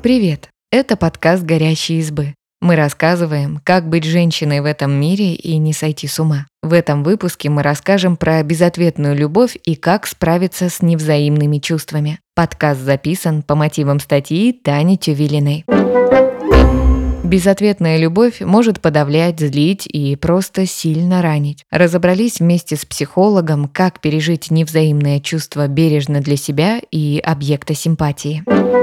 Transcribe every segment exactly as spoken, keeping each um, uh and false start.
Привет! Это подкаст «Горящие избы». Мы рассказываем, как быть женщиной в этом мире и не сойти с ума. В этом выпуске мы расскажем про безответную любовь и как справиться с невзаимными чувствами. Подкаст записан по мотивам статьи Тани Тювилиной. Безответная любовь может подавлять, злить и просто сильно ранить. Разобрались вместе с психологом, как пережить невзаимное чувство бережно для себя и объекта симпатии.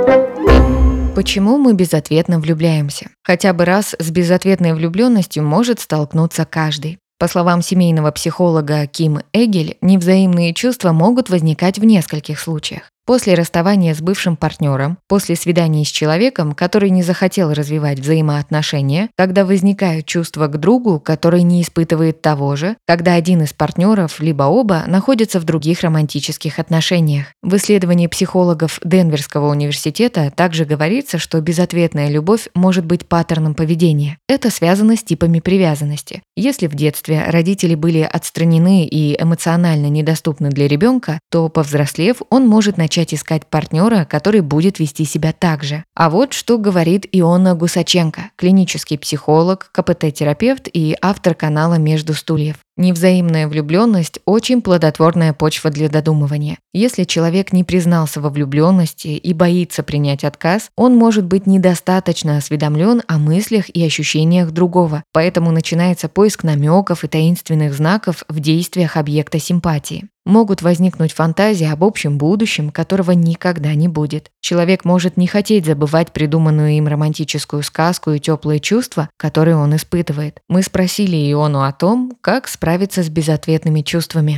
Почему мы безответно влюбляемся? Хотя бы раз с безответной влюбленностью может столкнуться каждый. По словам семейного психолога Ким Эгель, невзаимные чувства могут возникать в нескольких случаях. После расставания с бывшим партнером, после свидания с человеком, который не захотел развивать взаимоотношения, когда возникают чувства к другу, который не испытывает того же, когда один из партнеров, либо оба, находятся в других романтических отношениях. В исследовании психологов Денверского университета также говорится, что безответная любовь может быть паттерном поведения. Это связано с типами привязанности. Если в детстве родители были отстранены и эмоционально недоступны для ребенка, то, повзрослев, он может начать начать искать партнера, который будет вести себя так же. А вот что говорит Иона Гусаченко, клинический психолог, ка пэ тэ-терапевт и автор канала «Между стульев». Невзаимная влюбленность – очень плодотворная почва для додумывания. Если человек не признался во влюбленности и боится принять отказ, он может быть недостаточно осведомлен о мыслях и ощущениях другого, поэтому начинается поиск намеков и таинственных знаков в действиях объекта симпатии. Могут возникнуть фантазии об общем будущем, которого никогда не будет. Человек может не хотеть забывать придуманную им романтическую сказку и теплые чувства, которые он испытывает. Мы спросили Иону о том, как справиться с безответными чувствами.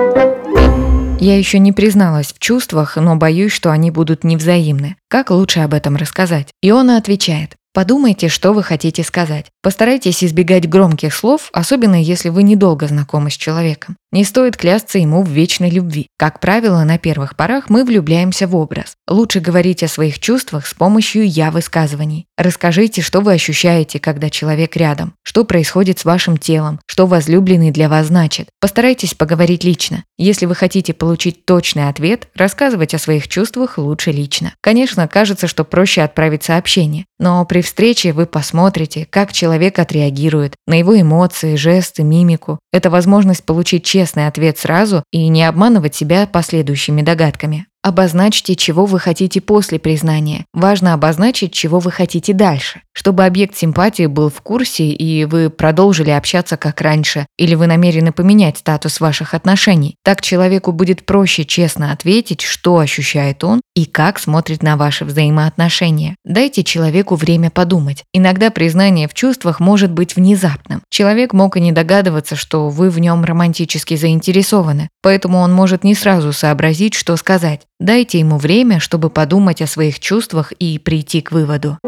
Я еще не призналась в чувствах, но боюсь, что они будут невзаимны. Как лучше об этом рассказать? Иона отвечает. Подумайте, что вы хотите сказать. Постарайтесь избегать громких слов, особенно если вы недолго знакомы с человеком. Не стоит клясться ему в вечной любви. Как правило, на первых порах мы влюбляемся в образ. Лучше говорить о своих чувствах с помощью «я-высказываний». Расскажите, что вы ощущаете, когда человек рядом, что происходит с вашим телом, что возлюбленный для вас значит. Постарайтесь поговорить лично. Если вы хотите получить точный ответ, рассказывать о своих чувствах лучше лично. Конечно, кажется, что проще отправить сообщение, но при встрече вы посмотрите, как человек отреагирует, на его эмоции, жесты, мимику. Это возможность получить честный ответ сразу и не обманывать себя последующими догадками. Обозначьте, чего вы хотите после признания. Важно обозначить, чего вы хотите дальше. Чтобы объект симпатии был в курсе и вы продолжили общаться как раньше, или вы намерены поменять статус ваших отношений. Так человеку будет проще честно ответить, что ощущает он и как смотрит на ваши взаимоотношения. Дайте человеку время подумать. Иногда признание в чувствах может быть внезапным. Человек мог и не догадываться, что вы в нем романтически заинтересованы, поэтому он может не сразу сообразить, что сказать. Дайте ему время, чтобы подумать о своих чувствах и прийти к выводу.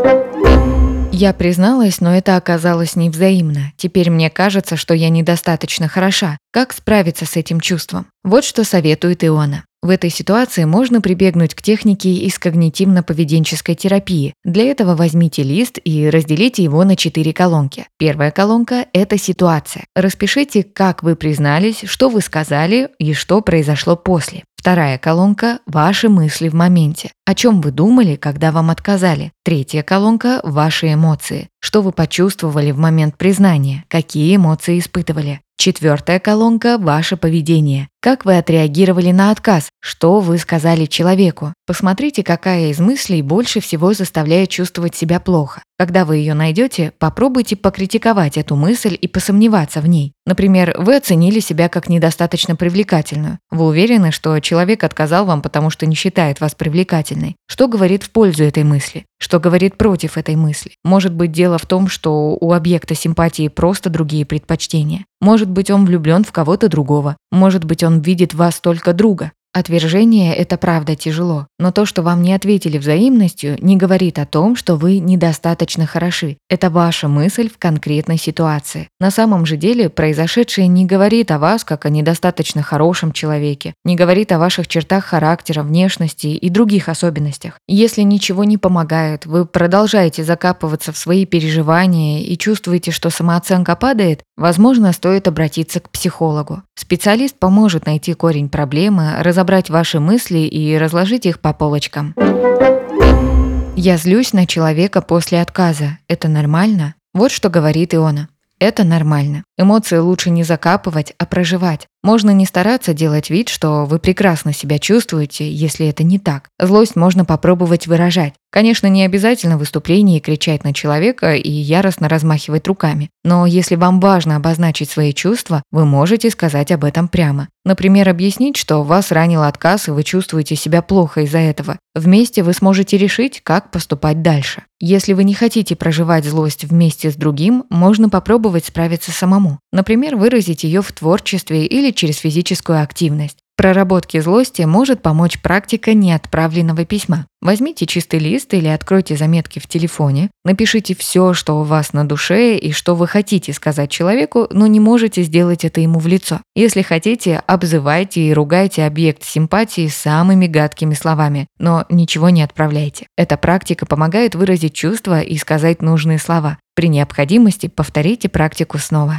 Я призналась, но это оказалось невзаимно. Теперь мне кажется, что я недостаточно хороша. Как справиться с этим чувством? Вот что советует Иона. В этой ситуации можно прибегнуть к технике из когнитивно-поведенческой терапии. Для этого возьмите лист и разделите его на четыре колонки. Первая колонка – это ситуация. Распишите, как вы признались, что вы сказали и что произошло после. Вторая колонка – ваши мысли в моменте. О чем вы думали, когда вам отказали? Третья колонка – ваши эмоции. Что вы почувствовали в момент признания? Какие эмоции испытывали? Четвертая колонка – ваше поведение. Как вы отреагировали на отказ? Что вы сказали человеку? Посмотрите, какая из мыслей больше всего заставляет чувствовать себя плохо. Когда вы ее найдете, попробуйте покритиковать эту мысль и посомневаться в ней. Например, вы оценили себя как недостаточно привлекательную. Вы уверены, что человек отказал вам, потому что не считает вас привлекательной. Что говорит в пользу этой мысли? Что говорит против этой мысли? Может быть, дело в том, что у объекта симпатии просто другие предпочтения. Может быть, он влюблен в кого-то другого. Может быть, он видит в вас только друга. Отвержение – это правда тяжело, но то, что вам не ответили взаимностью, не говорит о том, что вы недостаточно хороши. Это ваша мысль в конкретной ситуации. На самом же деле произошедшее не говорит о вас как о недостаточно хорошем человеке, не говорит о ваших чертах характера, внешности и других особенностях. Если ничего не помогает, вы продолжаете закапываться в свои переживания и чувствуете, что самооценка падает, возможно, стоит обратиться к психологу. Специалист поможет найти корень проблемы, разобрать ваши мысли и разложить их по полочкам. Я злюсь на человека после отказа. Это нормально? Вот что говорит Иона. Это нормально. Эмоции лучше не закапывать, а проживать. Можно не стараться делать вид, что вы прекрасно себя чувствуете, если это не так. Злость можно попробовать выражать. Конечно, не обязательно в выступлении кричать на человека и яростно размахивать руками. Но если вам важно обозначить свои чувства, вы можете сказать об этом прямо. Например, объяснить, что вас ранил отказ и вы чувствуете себя плохо из-за этого. Вместе вы сможете решить, как поступать дальше. Если вы не хотите проживать злость вместе с другим, можно попробовать справиться самому. Например, выразить ее в творчестве или через физическую активность. В проработке злости может помочь практика неотправленного письма. Возьмите чистый лист или откройте заметки в телефоне, напишите все, что у вас на душе и что вы хотите сказать человеку, но не можете сделать это ему в лицо. Если хотите, обзывайте и ругайте объект симпатии самыми гадкими словами, но ничего не отправляйте. Эта практика помогает выразить чувства и сказать нужные слова. При необходимости повторите практику снова.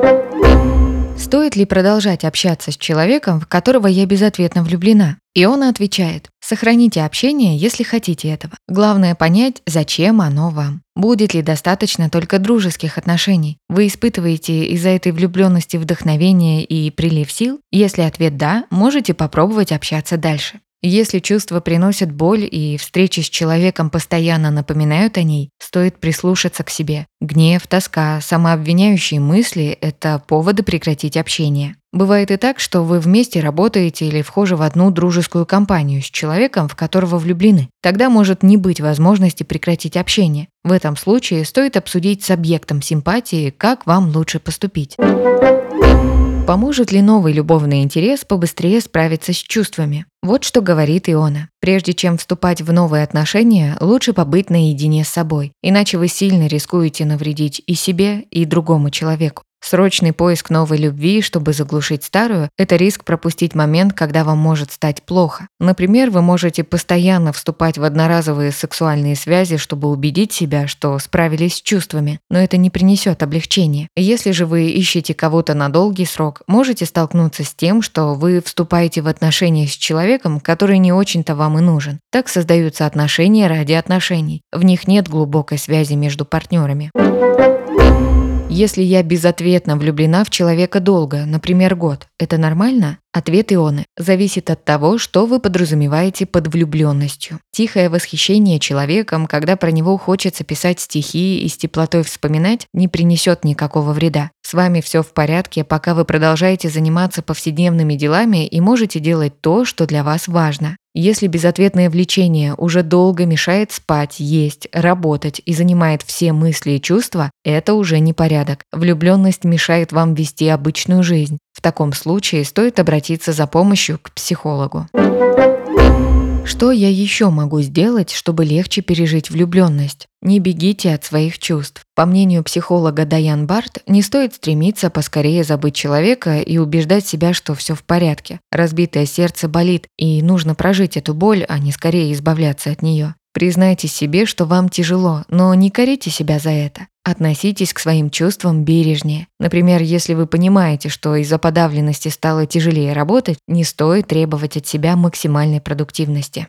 Стоит ли продолжать общаться с человеком, в которого я безответно влюблена? Иона отвечает: сохраните общение, если хотите этого. Главное понять, зачем оно вам. Будет ли достаточно только дружеских отношений? Вы испытываете из-за этой влюбленности вдохновение и прилив сил? Если ответ «да», можете попробовать общаться дальше. Если чувства приносят боль и встречи с человеком постоянно напоминают о ней, стоит прислушаться к себе. Гнев, тоска, самообвиняющие мысли – это поводы прекратить общение. Бывает и так, что вы вместе работаете или вхожи в одну дружескую компанию с человеком, в которого влюблены. Тогда может не быть возможности прекратить общение. В этом случае стоит обсудить с объектом симпатии, как вам лучше поступить. Поможет ли новый любовный интерес побыстрее справиться с чувствами? Вот что говорит Иона. Прежде чем вступать в новые отношения, лучше побыть наедине с собой, иначе вы сильно рискуете навредить и себе, и другому человеку. Срочный поиск новой любви, чтобы заглушить старую, это риск пропустить момент, когда вам может стать плохо. Например, вы можете постоянно вступать в одноразовые сексуальные связи, чтобы убедить себя, что справились с чувствами, но это не принесет облегчения. Если же вы ищете кого-то на долгий срок, можете столкнуться с тем, что вы вступаете в отношения с человеком, который не очень-то вам и нужен. Так создаются отношения ради отношений. В них нет глубокой связи между партнерами. Если я безответно влюблена в человека долго, например, год, это нормально? Ответ Ионы зависит от того, что вы подразумеваете под влюбленностью. Тихое восхищение человеком, когда про него хочется писать стихи и с теплотой вспоминать, не принесет никакого вреда. С вами все в порядке, пока вы продолжаете заниматься повседневными делами и можете делать то, что для вас важно. Если безответное влечение уже долго мешает спать, есть, работать и занимает все мысли и чувства, это уже не порядок. Влюбленность мешает вам вести обычную жизнь. В таком случае стоит обратиться за помощью к психологу. Что я еще могу сделать, чтобы легче пережить влюбленность? Не бегите от своих чувств. По мнению психолога Дайан Барт, не стоит стремиться поскорее забыть человека и убеждать себя, что все в порядке. Разбитое сердце болит, и нужно прожить эту боль, а не скорее избавляться от нее. Признайте себе, что вам тяжело, но не корите себя за это. Относитесь к своим чувствам бережнее. Например, если вы понимаете, что из-за подавленности стало тяжелее работать, не стоит требовать от себя максимальной продуктивности.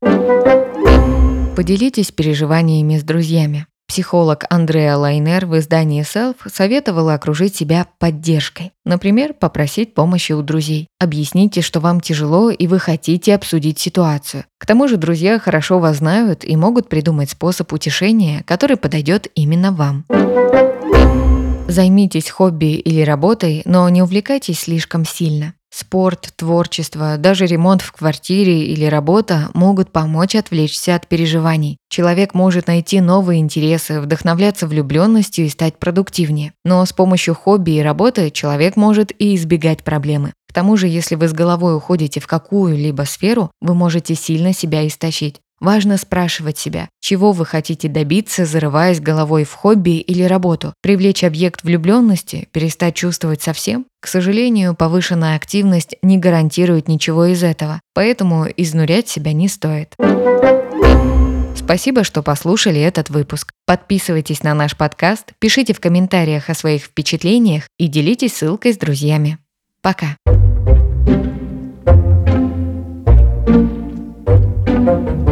Поделитесь переживаниями с друзьями. Психолог Андреа Лайнер в издании Self советовала окружить себя поддержкой. Например, попросить помощи у друзей. Объясните, что вам тяжело и вы хотите обсудить ситуацию. К тому же друзья хорошо вас знают и могут придумать способ утешения, который подойдет именно вам. Займитесь хобби или работой, но не увлекайтесь слишком сильно. Спорт, творчество, даже ремонт в квартире или работа могут помочь отвлечься от переживаний. Человек может найти новые интересы, вдохновляться влюбленностью и стать продуктивнее. Но с помощью хобби и работы человек может и избегать проблемы. К тому же, если вы с головой уходите в какую-либо сферу, вы можете сильно себя истощить. Важно спрашивать себя, чего вы хотите добиться, зарываясь головой в хобби или работу. Привлечь объект влюбленности, перестать чувствовать совсем? К сожалению, повышенная активность не гарантирует ничего из этого, поэтому изнурять себя не стоит. Спасибо, что послушали этот выпуск. Подписывайтесь на наш подкаст, пишите в комментариях о своих впечатлениях и делитесь ссылкой с друзьями. Пока! Thank you.